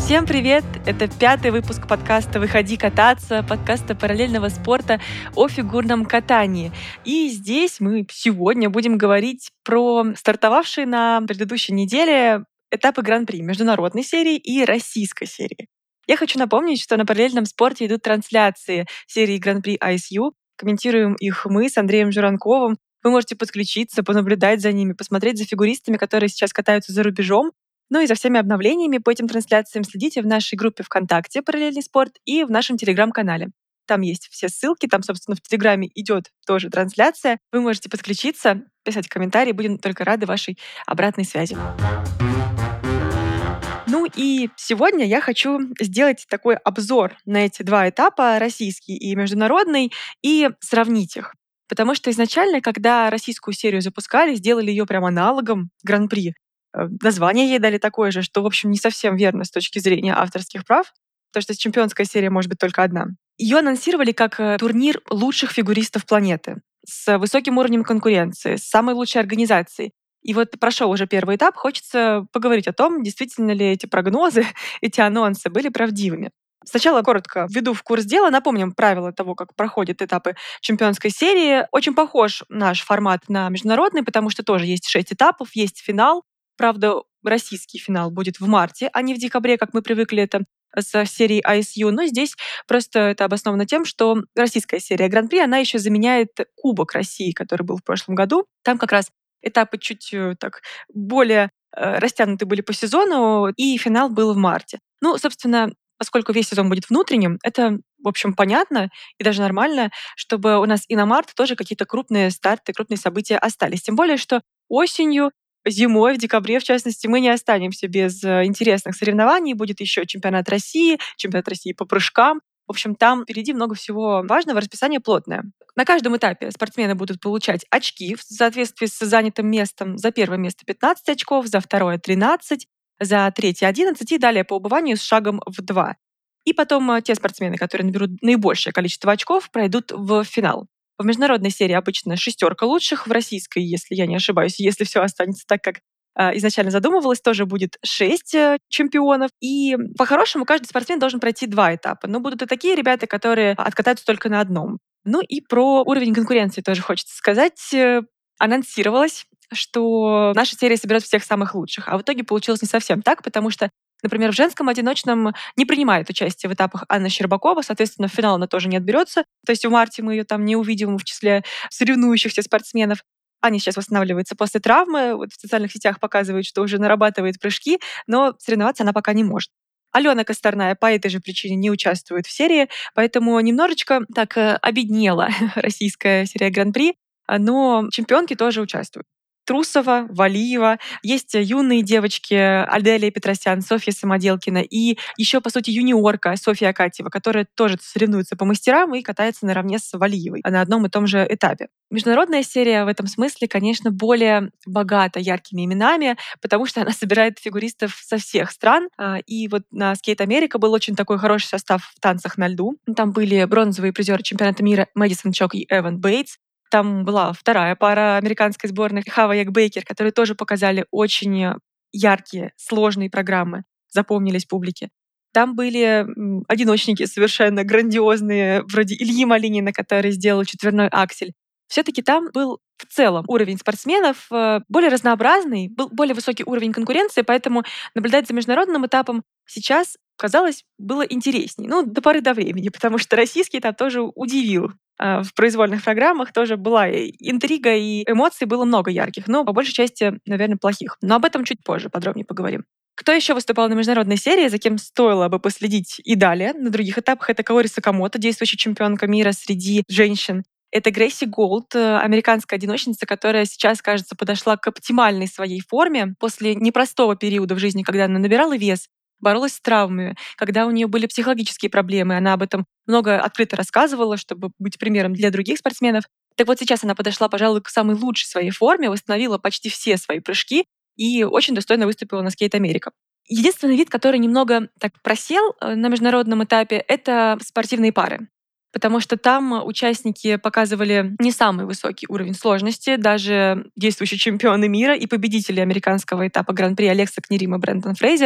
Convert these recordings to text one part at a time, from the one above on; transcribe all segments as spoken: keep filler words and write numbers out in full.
Всем привет! Это пятый выпуск подкаста «Выходи кататься», подкаста параллельного спорта о фигурном катании. И здесь мы сегодня будем говорить про стартовавшие на предыдущей неделе этапы Гран-при международной серии и российской серии. Я хочу напомнить, что на параллельном спорте идут трансляции серии Гран-при ай эс ю. Комментируем их мы с Андреем Журанковым. Вы можете подключиться, понаблюдать за ними, посмотреть за фигуристами, которые сейчас катаются за рубежом. Ну и за всеми обновлениями по этим трансляциям следите в нашей группе ВКонтакте «Параллельный спорт» и в нашем Телеграм-канале. Там есть все ссылки, там, собственно, в Телеграме идет тоже трансляция. Вы можете подключиться, писать комментарии, будем только рады вашей обратной связи. Ну и сегодня я хочу сделать такой обзор на эти два этапа, российский и международный, и сравнить их. Потому что изначально, когда российскую серию запускали, сделали ее прям аналогом Гран-при, э, название ей дали такое же, что, в общем, не совсем верно с точки зрения авторских прав, потому что чемпионская серия может быть только одна. Ее анонсировали как э, турнир лучших фигуристов планеты, с высоким уровнем конкуренции, с самой лучшей организацией. И вот прошел уже первый этап, хочется поговорить о том, действительно ли эти прогнозы, эти анонсы были правдивыми. Сначала коротко введу в курс дела, напомним правила того, как проходят этапы чемпионской серии. Очень похож наш формат на международный, потому что тоже есть шесть этапов, есть финал. Правда, российский финал будет в марте, а не в декабре, как мы привыкли это с серией ай эс ю. Но здесь просто это обосновано тем, что российская серия Гран-при, она еще заменяет Кубок России, который был в прошлом году. Там как раз этапы чуть э, так более э, растянуты были по сезону, и финал был в марте. Ну, собственно, поскольку весь сезон будет внутренним, это, в общем, понятно и даже нормально, чтобы у нас и на март тоже какие-то крупные старты, крупные события остались. Тем более, что осенью, зимой, в декабре, в частности, мы не останемся без э, интересных соревнований. Будет еще чемпионат России, чемпионат России по прыжкам. В общем, там впереди много всего важного, расписание плотное. На каждом этапе спортсмены будут получать очки в соответствии с занятым местом. За первое место пятнадцать очков, за второе тринадцать, за третье одиннадцать и далее по убыванию с шагом в два. И потом э, те спортсмены, которые наберут наибольшее количество очков, пройдут в финал. В международной серии обычно шестерка лучших, в российской, если я не ошибаюсь, если все останется так, как э, изначально задумывалось, тоже будет шесть э, чемпионов. И по-хорошему каждый спортсмен должен пройти два этапа. Но будут и такие ребята, которые откатаются только на одном. Ну и про уровень конкуренции тоже хочется сказать. Э, Анонсировалось, что наша серия соберет всех самых лучших. А в итоге получилось не совсем так, потому что, например, в женском одиночном не принимает участие в этапах Анна Щербакова, соответственно, в финал она тоже не отберется. То есть в марте мы ее там не увидим в числе соревнующихся спортсменов. Аня сейчас восстанавливается после травмы, вот в социальных сетях показывает, что уже нарабатывает прыжки, но соревноваться она пока не может. Алена Косторная по этой же причине не участвует в серии, поэтому немножечко так э, обеднела российская серия Гран-при, а, но чемпионки тоже участвуют. Трусова, Валиева, есть юные девочки Аделия Петросян, Софья Самоделкина и еще, по сути, юниорка Софья Акатьева, которая тоже соревнуется по мастерам и катается наравне с Валиевой на одном и том же этапе. Международная серия в этом смысле, конечно, более богата яркими именами, потому что она собирает фигуристов со всех стран. А, И вот на Скейт Америка был очень такой хороший состав в танцах на льду. Там были бронзовые призеры чемпионата мира Мэдисон Чок и Эван Бейтс. Там была вторая пара американской сборной Хава Якбейкер, которые тоже показали очень яркие, сложные программы, запомнились публике. Там были м, одиночники совершенно грандиозные, вроде Ильи Малинина, который сделал четверной аксель. Все-таки там был в целом уровень спортсменов э, более разнообразный, был более высокий уровень конкуренции, поэтому наблюдать за международным этапом сейчас, казалось, было интересней. Ну, до поры до времени, потому что российский этап тоже удивил. А, В произвольных программах тоже была и интрига, и эмоций было много ярких, но по большей части, наверное, плохих. Но об этом чуть позже подробнее поговорим. Кто еще выступал на международной серии, за кем стоило бы последить и далее на других этапах, это Каори Сакамото, действующая чемпионка мира среди женщин. Это Грейси Голд, э, американская одиночница, которая сейчас, кажется, подошла к оптимальной своей форме после непростого периода в жизни, когда она набирала вес, боролась с травмами, когда у нее были психологические проблемы. Она об этом много открыто рассказывала, чтобы быть примером для других спортсменов. Так вот сейчас она подошла, пожалуй, к самой лучшей своей форме, восстановила почти все свои прыжки и очень достойно выступила на Скейт Америка. Единственный вид, который немного так просел э, на международном этапе, это спортивные пары. Потому что там участники показывали не самый высокий уровень сложности, даже действующие чемпионы мира и победители американского этапа Гран-при Алекса Книрим и Брэндон Фрейзер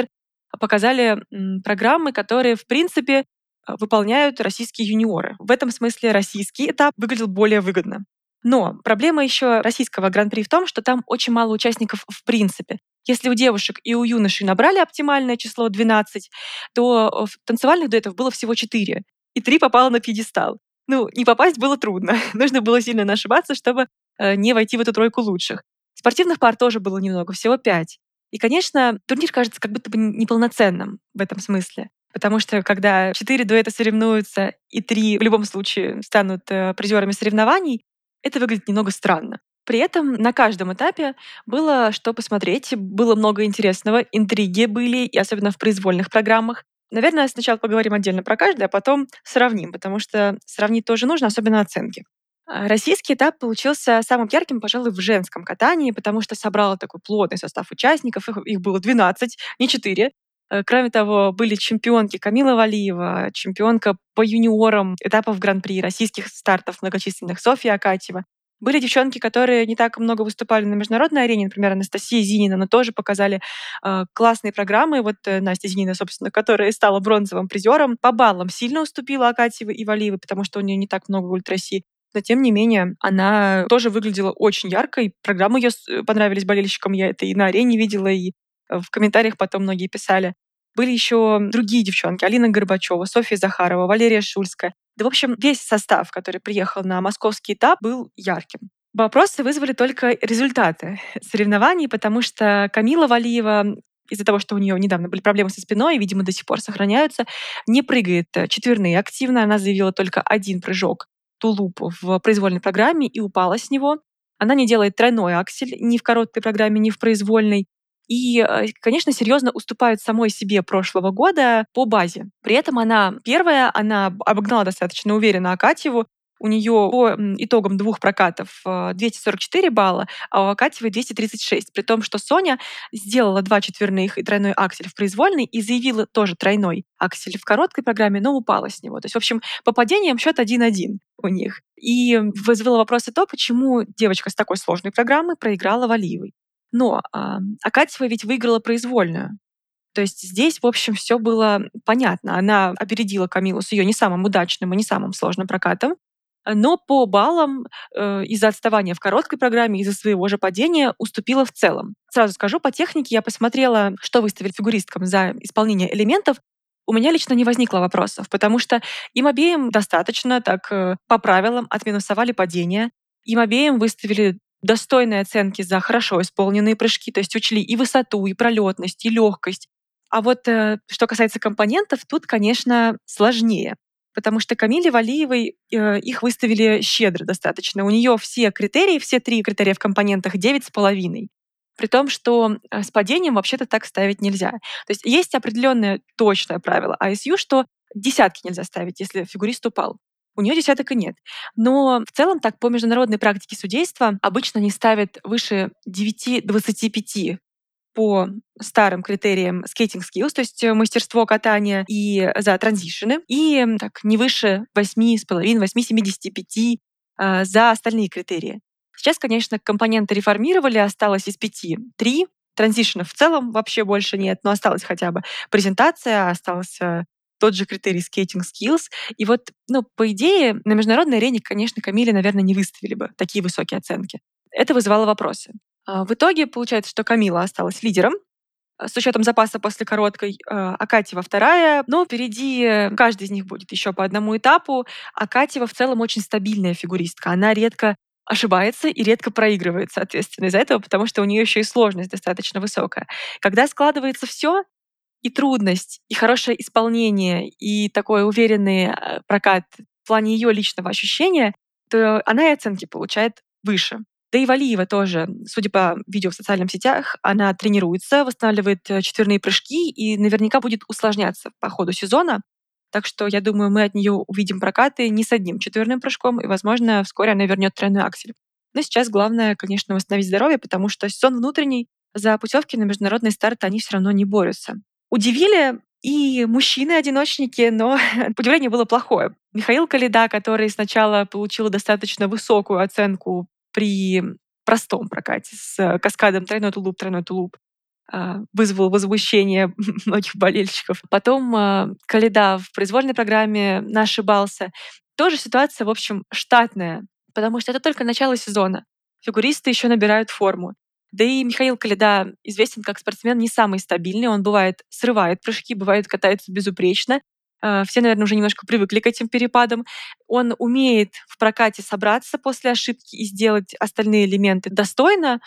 показали м, программы, которые, в принципе, э, выполняют российские юниоры. В этом смысле российский этап выглядел более выгодно. Но проблема еще российского гран-при в том, что там очень мало участников в принципе. Если у девушек и у юношей набрали оптимальное число двенадцать, то э, в танцевальных дуэтов было всего четыре, и три попало на пьедестал. Ну, не попасть было трудно. Нужно было сильно ошибаться, чтобы э, не войти в эту тройку лучших. Спортивных пар тоже было немного, всего пять. И, конечно, турнир кажется как будто бы неполноценным в этом смысле. Потому что когда четыре дуэта соревнуются и три в любом случае станут э, призерами соревнований, это выглядит немного странно. При этом на каждом этапе было что посмотреть, было много интересного, интриги были, и особенно в произвольных программах. Наверное, сначала поговорим отдельно про каждый, а потом сравним, потому что сравнить тоже нужно, особенно оценки. А, Российский этап получился самым ярким, пожалуй, в женском катании, потому что собрал такой плотный состав участников. Их, их было двенадцать, не четыре. Э, Кроме того, были чемпионки Камила Валиева, чемпионка по юниорам этапов Гран-при, российских стартов многочисленных Софья Акатьева. Были девчонки, которые не так много выступали на международной арене, например, Анастасия Зинина, но тоже показали э, классные программы. Вот э, Настя Зинина, собственно, которая стала бронзовым призером, по баллам сильно уступила Акатьевой и Валиевой, потому что у нее не так много ультраси. Но тем не менее, она тоже выглядела очень ярко, и программы ее понравились болельщикам. Я это и на арене видела, и э, в комментариях потом многие писали. Были еще другие девчонки: Алина Горбачева, Софья Захарова, Валерия Шульская. Да, в общем, весь состав, который приехал на московский этап, был ярким. Вопросы вызвали только результаты соревнований, потому что Камила Валиева, из-за того, что у нее недавно были проблемы со спиной, и, видимо, до сих пор сохраняются, не прыгает э, четверные активно. Она заявила только один прыжок тулуп в произвольной программе и упала с него. Она не делает тройной аксель ни в короткой программе, ни в произвольной. И, э, конечно, серьезно уступает самой себе прошлого года по базе. При этом она первая, она об- обогнала достаточно уверенно Акатьеву. У нее по м, итогам двух прокатов э, двести сорок четыре балла, а у Акатьевой двести тридцать шесть. При том, что Соня сделала два четверных и тройной аксель в произвольной и заявила тоже тройной аксель в короткой программе, но упала с него. То есть, в общем, по падениям счет один-один у них. И вызвало вопрос и то, почему девочка с такой сложной программы проиграла Валиевой. Но а, Акатьева ведь выиграла произвольную. То есть здесь, в общем, все было понятно. Она опередила Камилу с ее не самым удачным и не самым сложным прокатом. Э, Но по баллам э, из-за отставания в короткой программе, из-за своего же падения уступила в целом. Сразу скажу, по технике я посмотрела, что выставили фигуристкам за исполнение элементов. У меня лично не возникло вопросов, потому что им обеим достаточно так э, по правилам отминусовали падение, им обеим выставили достойные оценки за хорошо исполненные прыжки, то есть учли и высоту, и пролетность, и легкость. А вот э, что касается компонентов, тут, конечно, сложнее, потому что Камиле Валиевой э, их выставили щедро достаточно. У нее все критерии, все три критерия в компонентах девять с половиной. При том, что э, с падением вообще-то так ставить нельзя. То есть есть определенное точное правило I S U, что десятки нельзя ставить, если фигурист упал. У нее десяток и нет. Но в целом так по международной практике судейства обычно не ставят выше девяти двадцати пяти по старым критериям skating skills, то есть э, мастерство катания и за транзишены, и м, так не выше восьми с половиной, восьми семидесяти пяти а, за остальные критерии. Сейчас, конечно, компоненты реформировали, осталось из пяти три. Транзишенов в целом вообще больше нет, но осталась хотя бы презентация, остался тот же критерий skating skills. И вот, ну, по идее, на международной арене, конечно, Камиле, наверное, не выставили бы такие высокие оценки. Это вызывало вопросы. А, В итоге получается, что Камила осталась лидером, э, с учетом запаса после короткой, э, Акатьева вторая, но впереди э, каждый из них будет еще по одному этапу. Акатьева в целом очень стабильная фигуристка. Она редко ошибается и редко проигрывает, соответственно, из-за этого, потому что у нее еще и сложность достаточно высокая. Когда складывается все, и трудность, и хорошее исполнение, и такой уверенный э, прокат в плане ее личного ощущения, то она и оценки получает выше. Да и Валиева тоже, судя по видео в социальных сетях, она тренируется, восстанавливает э, четверные прыжки и наверняка будет усложняться по ходу сезона. Так что я думаю, мы от нее увидим прокаты не с одним четверным прыжком, и, возможно, вскоре она вернет тройной аксель. Но сейчас главное, конечно, восстановить здоровье, потому что сезон внутренний, за путевки на международный старт они все равно не борются. Удивили и мужчины-одиночники, но удивление было плохое. Михаил Калида, который сначала получил достаточно высокую оценку при простом прокате с э, каскадом тройной тулуп, тройной тулуп. а, вызвал возмущение многих болельщиков. Потом, а, Коляда в произвольной программе на ошибался. Тоже ситуация, в общем, штатная, потому что это только начало сезона. Фигуристы еще набирают форму. Да и Михаил Коляда известен как спортсмен не самый стабильный. Он бывает срывает прыжки, бывает катается безупречно. А, Все, наверное, уже немножко привыкли к этим перепадам. Он умеет в прокате собраться после ошибки и сделать остальные элементы достойно,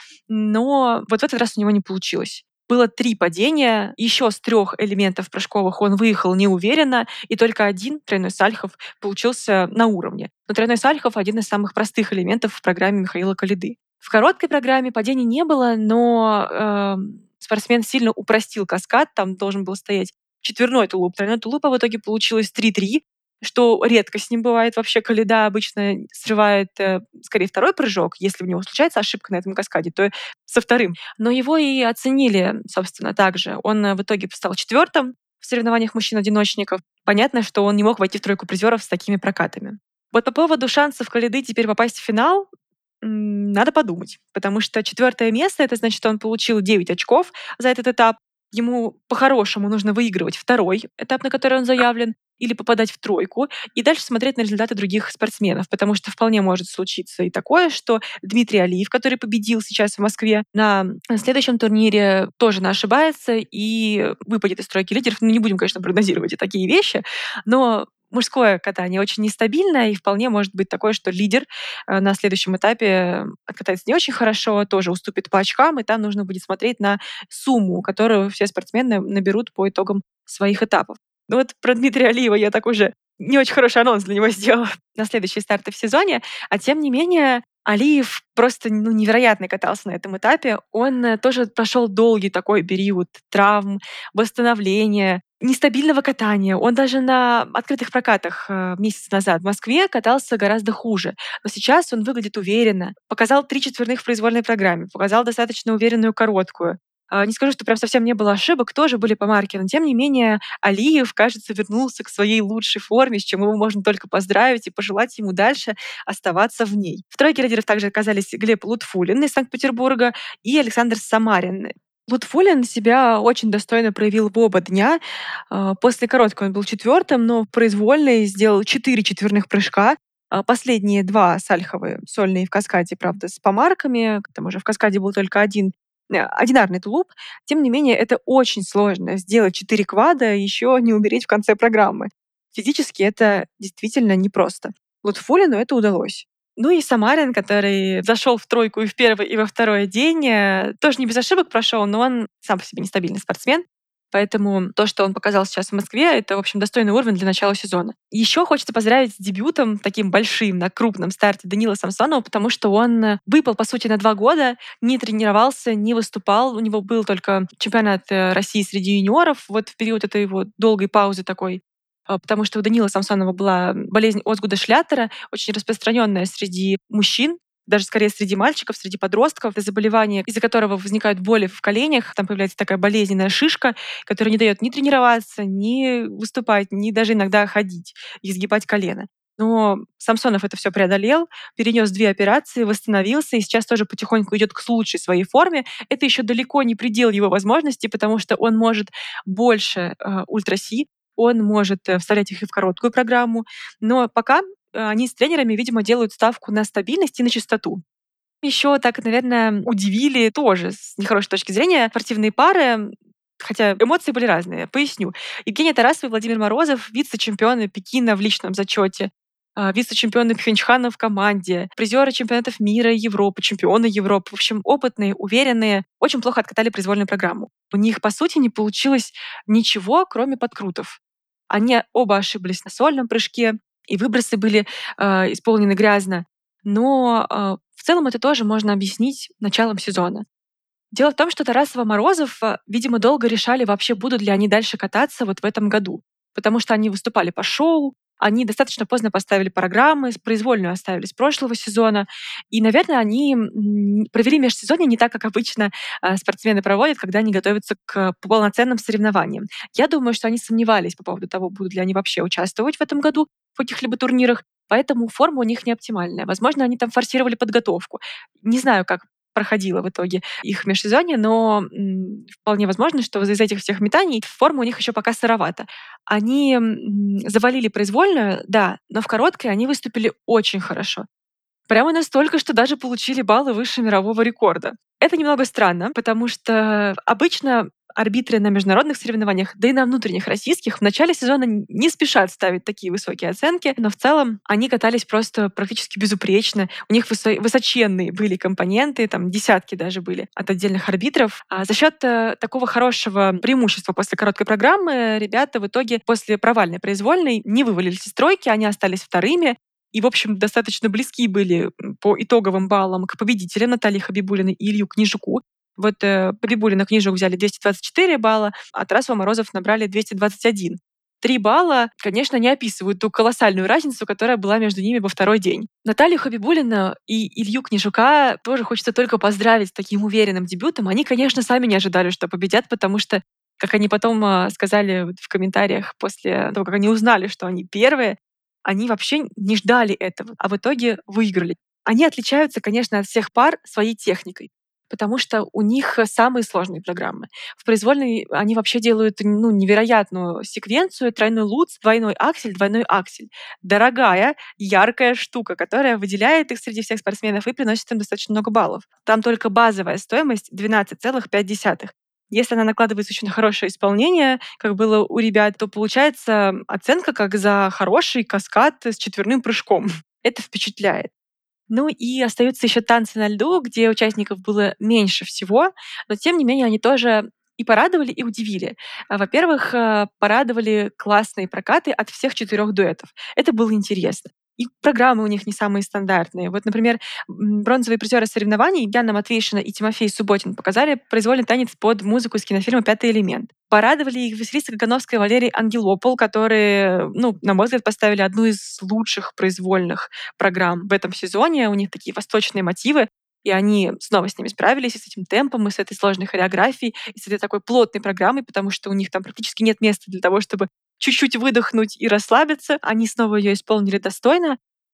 но вот в этот раз у него не получилось. Было три падения, еще с трех элементов прыжковых он выехал неуверенно, и только один тройной Сальхов получился на уровне. Но тройной Сальхов — один из самых простых элементов в программе Михаила Коляды. В короткой программе падений не было, но эм, спортсмен сильно упростил каскад, там должен был стоять четверной тулуп. Тройной тулуп, а в итоге получилось три-три, что редко с ним бывает. Вообще Коляда обычно срывает э, скорее второй прыжок. Если у него случается ошибка на этом каскаде, то со вторым. Но его и оценили, собственно, также. Он э, в итоге стал четвертым в соревнованиях мужчин-одиночников. Понятно, что он не мог войти в тройку призеров с такими прокатами. Вот по поводу шансов Коляды теперь попасть в финал, м, надо подумать. Потому что четвертое место — это значит, что он получил девять очков за этот этап. Ему по-хорошему нужно выигрывать второй этап, на который он заявлен, или попадать в тройку, и дальше смотреть на результаты других спортсменов, потому что вполне может случиться и такое, что Дмитрий Алиев, который победил сейчас в Москве, на следующем турнире тоже ошибается и выпадет из тройки лидеров. Ну, не будем, конечно, прогнозировать и такие вещи, но мужское катание очень нестабильное, и вполне может быть такое, что лидер э, на следующем этапе откатается не очень хорошо, тоже уступит по очкам, и там нужно будет смотреть на сумму, которую все спортсмены наберут по итогам своих этапов. Ну вот про Дмитрия Алиева я так уже не очень хороший анонс для него сделала на следующие старты в сезоне. А тем не менее, Алиев просто ну, невероятно катался на этом этапе. Он э, тоже прошел долгий такой период травм, восстановления, нестабильного катания. Он даже на открытых прокатах э, месяц назад в Москве катался гораздо хуже. Но сейчас он выглядит уверенно. Показал три четверных в произвольной программе, показал достаточно уверенную короткую. А, Не скажу, что прям совсем не было ошибок, тоже были по марке, но тем не менее Алиев, кажется, вернулся к своей лучшей форме, с чем его можно только поздравить и пожелать ему дальше оставаться в ней. В тройке лидеров также оказались Глеб Лутфулин из Санкт-Петербурга и Александр Самарин. Лутфулин себя очень достойно проявил в оба дня. А, После короткой он был четвертым, но в произвольной сделал четыре четверных прыжка. А, Последние два сальховые, сольные в каскаде, правда, с помарками. К тому же в каскаде был только один э, одинарный тулуп. Тем не менее, это очень сложно сделать четыре квада и еще не умереть в конце программы. Физически это действительно непросто. Лутфулину это удалось. Ну и Самарин, который зашел в тройку и в первый, и во второй день, э, тоже не без ошибок прошел, но он сам по себе нестабильный спортсмен. Поэтому то, что он показал сейчас в Москве, это, в общем, достойный уровень для начала сезона. Еще хочется поздравить с дебютом таким большим на крупном старте Данила Самсонова, потому что он э, выпал, по сути, на два года, не тренировался, не выступал. У него был только чемпионат э, России среди юниоров вот в период этой его долгой паузы такой, а, потому что у Данила Самсонова была болезнь Озгуда Шлятера, очень распространенная среди мужчин, даже скорее среди мальчиков, среди подростков. Это заболевание, из-за которого возникают боли в коленях, там появляется такая болезненная шишка, которая не дает ни тренироваться, ни выступать, ни даже иногда ходить, изгибать колено. Но Самсонов это все преодолел, перенес две операции, восстановился и сейчас тоже потихоньку идет к лучшей своей форме. Это еще далеко не предел его возможностей, потому что он может больше э, ультраси, он может э, вставлять их и в короткую программу. Но пока э, они с тренерами, видимо, делают ставку на стабильность и на чистоту. Еще так, наверное, удивили тоже с нехорошей точки зрения спортивные пары, хотя эмоции были разные. Поясню. Евгения Тарасова и Владимир Морозов — вице-чемпионы Пекина в личном зачете, а, вице-чемпионы Пхенчхана в команде, призеры чемпионатов мира и Европы, чемпионы Европы. В общем, опытные, уверенные, очень плохо откатали произвольную программу. У них, по сути, не получилось ничего, кроме подкрутов. Они оба ошиблись на сольном прыжке, и выбросы были э, исполнены грязно. Но э, в целом это тоже можно объяснить началом сезона. Дело в том, что Тарасова Морозов, э, видимо, долго решали вообще, будут ли они дальше кататься вот в этом году. Потому что они выступали по шоу, они достаточно поздно поставили программы, с- произвольную оставили с прошлого сезона. И, наверное, они м, провели межсезонье не так, как обычно э, спортсмены проводят, когда они готовятся к полноценным соревнованиям. Я думаю, что они сомневались по поводу того, будут ли они вообще участвовать в этом году в каких-либо турнирах, поэтому форма у них не оптимальная. Возможно, они там форсировали подготовку. Не знаю, как проходило в итоге их межсезонье, но м, вполне возможно, что из этих всех метаний форма у них еще пока сыровата. Они м, завалили произвольную, да, но в короткой они выступили очень хорошо. Прямо настолько, что даже получили баллы выше мирового рекорда. Это немного странно, потому что обычно арбитры на международных соревнованиях, да и на внутренних российских в начале сезона н- не спешат ставить такие высокие оценки, но в целом они катались просто практически безупречно. У них высо- высоченные были компоненты, там десятки даже были от отдельных арбитров. А за счет э, такого хорошего преимущества после короткой программы ребята в итоге после провальной произвольной не вывалились из тройки, они остались вторыми, и, в общем, достаточно близки были м, по итоговым баллам к победителям Наталье Хабибулиной и Илью Книжуку. Вот э, Хабибулина, Книжук взяли двести двадцать четыре балла, а Тарасова, Морозов набрали двести двадцать один. Три балла, конечно, не описывают ту колоссальную разницу, которая была между ними во второй день. Наталью Хабибулина и Илью Книжука тоже хочется только поздравить с таким уверенным дебютом. Они, конечно, сами не ожидали, что победят, потому что, как они потом а, сказали вот в комментариях после того, как они узнали, что они первые, они вообще не ждали этого, а в итоге выиграли. Они отличаются, конечно, от всех пар своей техникой, потому что у них э, самые сложные программы. В произвольной они вообще делают ну, невероятную секвенцию, тройной луц, двойной аксель, двойной аксель. Дорогая, яркая штука, которая выделяет их среди всех спортсменов и приносит им достаточно много баллов. Там только базовая стоимость двенадцать целых пять десятых. Если она накладывается еще на хорошее исполнение, как было у ребят, то получается оценка как за хороший каскад с четверным прыжком. Это впечатляет. Ну и остаются еще танцы на льду, где участников было меньше всего, но тем не менее они тоже и порадовали, и удивили. А, Во-первых, э, порадовали классные прокаты от всех четырех дуэтов. Это было интересно. И программы у них не самые стандартные. Вот, например, м, бронзовые призеры соревнований Яна Матвейшина и Тимофей Субботин показали произвольный танец под музыку из кинофильма «Пятый элемент». Порадовали их Василиса Кагановская и Валерий Ангелопол, которые, ну, на мой взгляд, поставили одну из лучших произвольных программ в этом сезоне. У них такие восточные мотивы, и они снова с ними справились, и с этим темпом, и с этой сложной хореографией, и с этой такой плотной программой, потому что у них там практически нет места для того, чтобы чуть-чуть выдохнуть и расслабиться. Они снова ее исполнили достойно.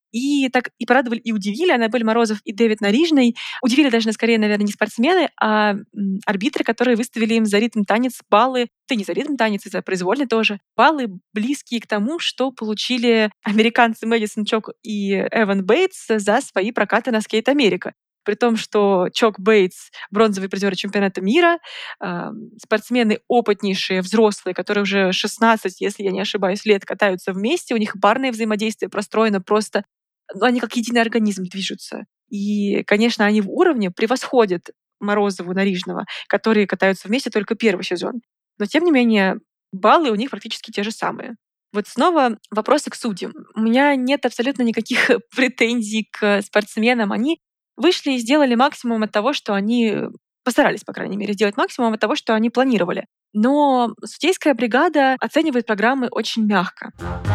И так и порадовали, и удивили Аннабель Морозов и Дэвид Нарижный. Удивили даже, скорее, наверное, не спортсмены, а м, арбитры, которые выставили им за ритм танец баллы, да не за ритм танец, и за произвольный тоже, баллы, близкие к тому, что получили американцы Мэдисон Чок и Эван Бейтс за свои прокаты на Скейт Америка. При том, что Чок Бейтс — бронзовый призер чемпионата мира, а, спортсмены опытнейшие, взрослые, которые уже шестнадцать, если я не ошибаюсь, лет катаются вместе, у них парное взаимодействие простроено просто, ну, они как единый организм движутся. И, конечно, они в уровне превосходят Морозову, Нарижного, которые катаются вместе только первый сезон. Но, тем не менее, баллы у них практически те же самые. Вот снова вопросы к судьям. У меня нет абсолютно никаких претензий к спортсменам. Они вышли и сделали максимум от того, что они постарались, по крайней мере, сделать максимум от того, что они планировали. Но судейская бригада оценивает программы очень мягко.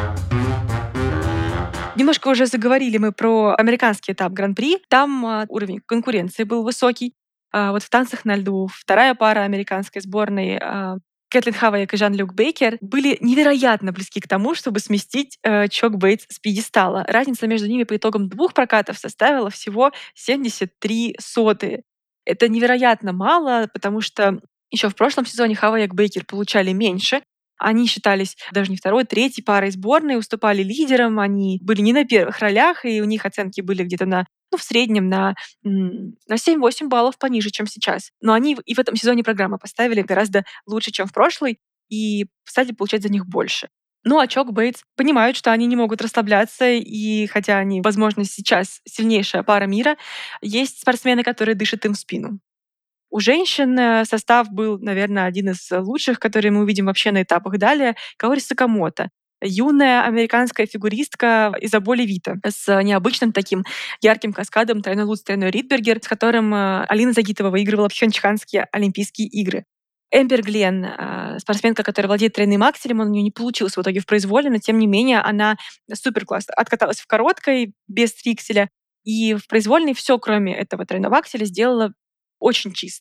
Немножко уже заговорили мы про американский этап Гран-при. Там а, уровень конкуренции был высокий. А, вот в танцах на льду вторая пара американской сборной а, Кэтлин Хаваяк и Жан-Люк Бейкер были невероятно близки к тому, чтобы сместить э, Чок Бейтс с пьедестала. Разница между ними по итогам двух прокатов составила всего семьдесят три сотые. Это невероятно мало, потому что еще в прошлом сезоне Хаваяк и Бейкер получали меньше. Они считались даже не второй, третьей парой сборной, уступали лидерам, они были не на первых ролях, и у них оценки были где-то на, ну, в среднем на, м, на семь-восемь баллов пониже, чем сейчас. Но они в- и в этом сезоне программы поставили гораздо лучше, чем в прошлый, и стали получать за них больше. Ну, а Чок Бейтс понимают, что они не могут расслабляться, и хотя они, возможно, сейчас сильнейшая пара мира, есть спортсмены, которые дышат им в спину. У женщин э, состав был, наверное, один из лучших, которые мы увидим вообще на этапах далее. Каори Сакамото. Юная американская фигуристка Изаболи Вита с необычным таким ярким каскадом тройной луц, тройной ридбергер, с которым э, Алина Загитова выигрывала Пхёнчханские Олимпийские игры. Эмбер Глен, э, спортсменка, которая владеет тройным акселем, он у нее не получилось в итоге в произволе, но тем не менее она супер классно откаталась в короткой, без трикселя, и в произвольной все, кроме этого тройного акселя, сделала очень чисто.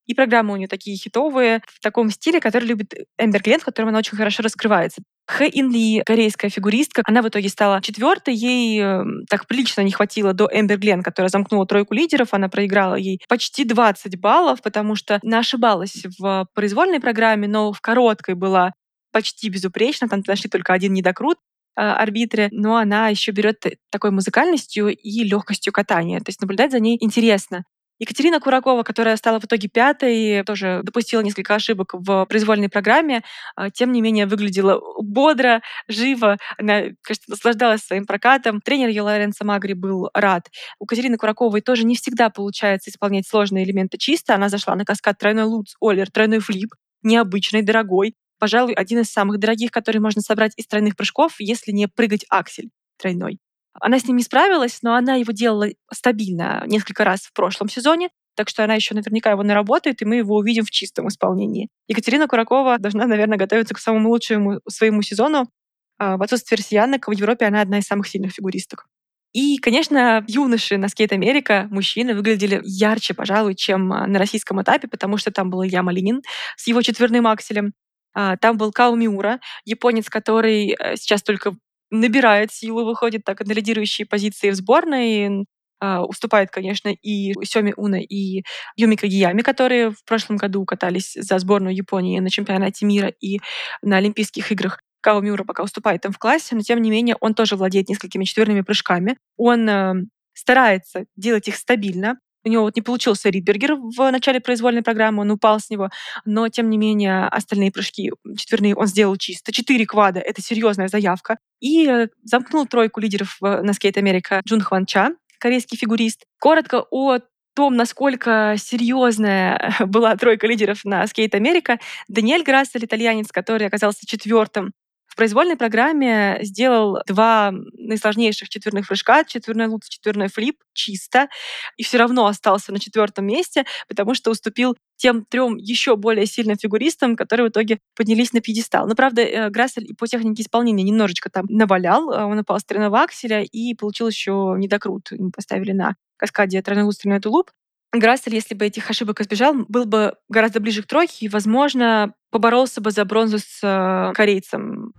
И программы у нее такие хитовые, в таком стиле, который любит Эмбер Глент, в котором она очень хорошо раскрывается. Хэ Ин Ли, корейская фигуристка, она в итоге стала четвертой. Ей э, так прилично не хватило до Эмбер Глент, которая замкнула тройку лидеров. Она проиграла ей почти двадцать баллов, потому что она ошибалась в произвольной программе, но в короткой была почти безупречно. Там нашли только один недокрут э, арбитры, но она еще берет такой музыкальностью и легкостью катания. То есть наблюдать за ней интересно. Екатерина Куракова, которая стала в итоге пятой, тоже допустила несколько ошибок в произвольной программе, а, тем не менее выглядела бодро, живо. Она, кажется, наслаждалась своим прокатом. Тренер ее Лоренцо Магри был рад. У Катерины Кураковой тоже не всегда получается исполнять сложные элементы чисто. Она зашла на каскад тройной лутс, оллер, тройной флип, необычный, дорогой. Пожалуй, один из самых дорогих, который можно собрать из тройных прыжков, если не прыгать аксель тройной. Она с ним не справилась, но она его делала стабильно несколько раз в прошлом сезоне, так что она еще наверняка его наработает, и мы его увидим в чистом исполнении. Екатерина Куракова должна, наверное, готовиться к самому лучшему своему сезону. А, В отсутствие россиянок в Европе она одна из самых сильных фигуристок. И, конечно, юноши на Скейт Америка, мужчины, выглядели ярче, пожалуй, чем а, на российском этапе, потому что там был Илья Малинин с его четверным акселем. А, Там был Као Миура, японец, который э, сейчас только набирает силу, выходит так на лидирующие позиции в сборной. А, Уступает, конечно, и Сёми Уна, и Юми Кагиями, которые в прошлом году катались за сборную Японии на чемпионате мира и на Олимпийских играх. Као Миура пока уступает там в классе, но тем не менее он тоже владеет несколькими четверными прыжками. Он э, старается делать их стабильно. У него вот не получился Ридбергер в начале произвольной программы, он упал с него, но тем не менее остальные прыжки четверные он сделал чисто. Четыре квада — это серьезная заявка. И э, замкнул тройку лидеров в- на Скейт Америка Джун Хван Ча, корейский фигурист. Коротко о том, насколько серьезная была тройка лидеров на Скейт Америка, Даниэль Грассель, итальянец, который оказался четвертым в произвольной программе, сделал два наисложнейших четверных прыжка, четверной лутс, четверной флип, чисто, и все равно остался на четвертом месте, потому что уступил тем трем еще более сильным фигуристам, которые в итоге поднялись на пьедестал. Но, правда, э, Грассель и по технике исполнения немножечко там навалял. э, Он упал с тройного акселя и получил еще недокрут. Ему поставили на каскаде тройной луз, тройной тулуп. Грассель, если бы этих ошибок избежал, был бы гораздо ближе к тройке и, возможно, поборолся бы за бронзу с э, корейцем.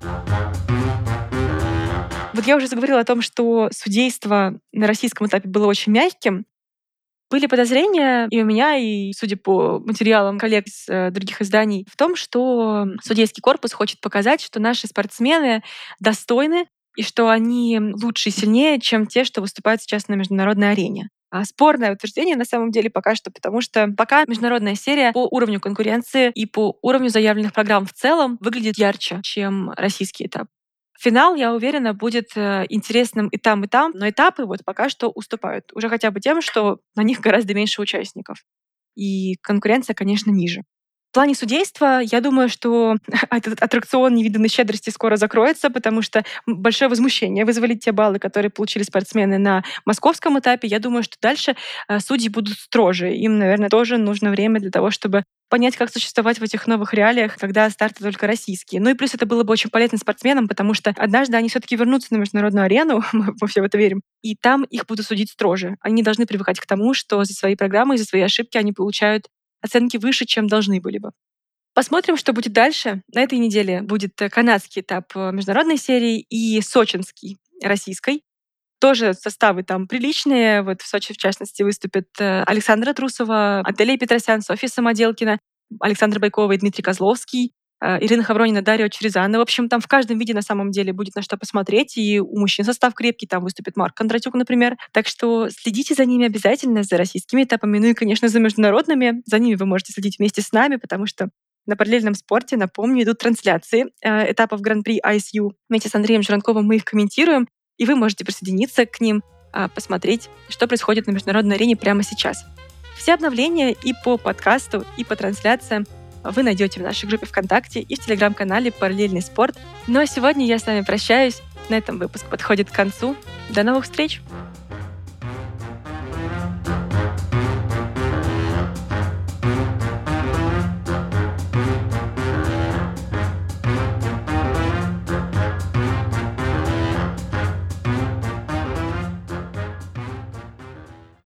Вот я уже заговорила о том, что судейство на российском этапе было очень мягким. Были подозрения и у меня, и, судя по материалам коллег с э, других изданий, в том, что судейский корпус хочет показать, что наши спортсмены достойны и что они лучше и сильнее, чем те, что выступают сейчас на международной арене. А спорное утверждение на самом деле пока что, потому что пока международная серия по уровню конкуренции и по уровню заявленных программ в целом выглядит ярче, чем российский этап. Финал, я уверена, будет э, интересным и там, и там, но этапы вот пока что уступают. Уже хотя бы тем, что на них гораздо меньше участников. И конкуренция, конечно, ниже. В плане судейства, я думаю, что этот аттракцион невиданной щедрости скоро закроется, потому что м, большое возмущение вызвали те баллы, которые получили спортсмены на московском этапе. Я думаю, что дальше э, судьи будут строже. Им, наверное, тоже нужно время для того, чтобы понять, как существовать в этих новых реалиях, когда старты только российские. Ну и плюс это было бы очень полезно спортсменам, потому что однажды они все-таки вернутся на международную арену, мы мы все в это верим, и там их будут судить строже. Они должны привыкать к тому, что за свои программы и за свои ошибки они получают оценки выше, чем должны были бы. Посмотрим, что будет дальше. На этой неделе будет э, канадский этап э, международной серии и сочинский российской. Тоже составы там приличные. Вот в Сочи, в частности, выступят э, Александра Трусова, Аделия Петросян, Софья Самоделкина, Александр Байкова и Дмитрий Козловский, э, Ирина Хавронина, Дарья Черезанна. В общем, там в каждом виде на самом деле будет на что посмотреть. И у мужчин состав крепкий. Там выступит Марк Кондратюк, например. Так что следите за ними обязательно, за российскими этапами, ну и, конечно, за международными. За ними вы можете следить вместе с нами, потому что на параллельном спорте, напомню, идут трансляции э, этапов Гран-при ай эс ю. Вместе с Андреем Жиранковым мы их комментируем, и вы можете присоединиться к ним, а, посмотреть, что происходит на международной арене прямо сейчас. Все обновления и по подкасту, и по трансляциям вы найдете в нашей группе ВКонтакте и в телеграм-канале «Параллельный спорт». Ну а сегодня я с вами прощаюсь. На этом выпуск подходит к концу. До новых встреч!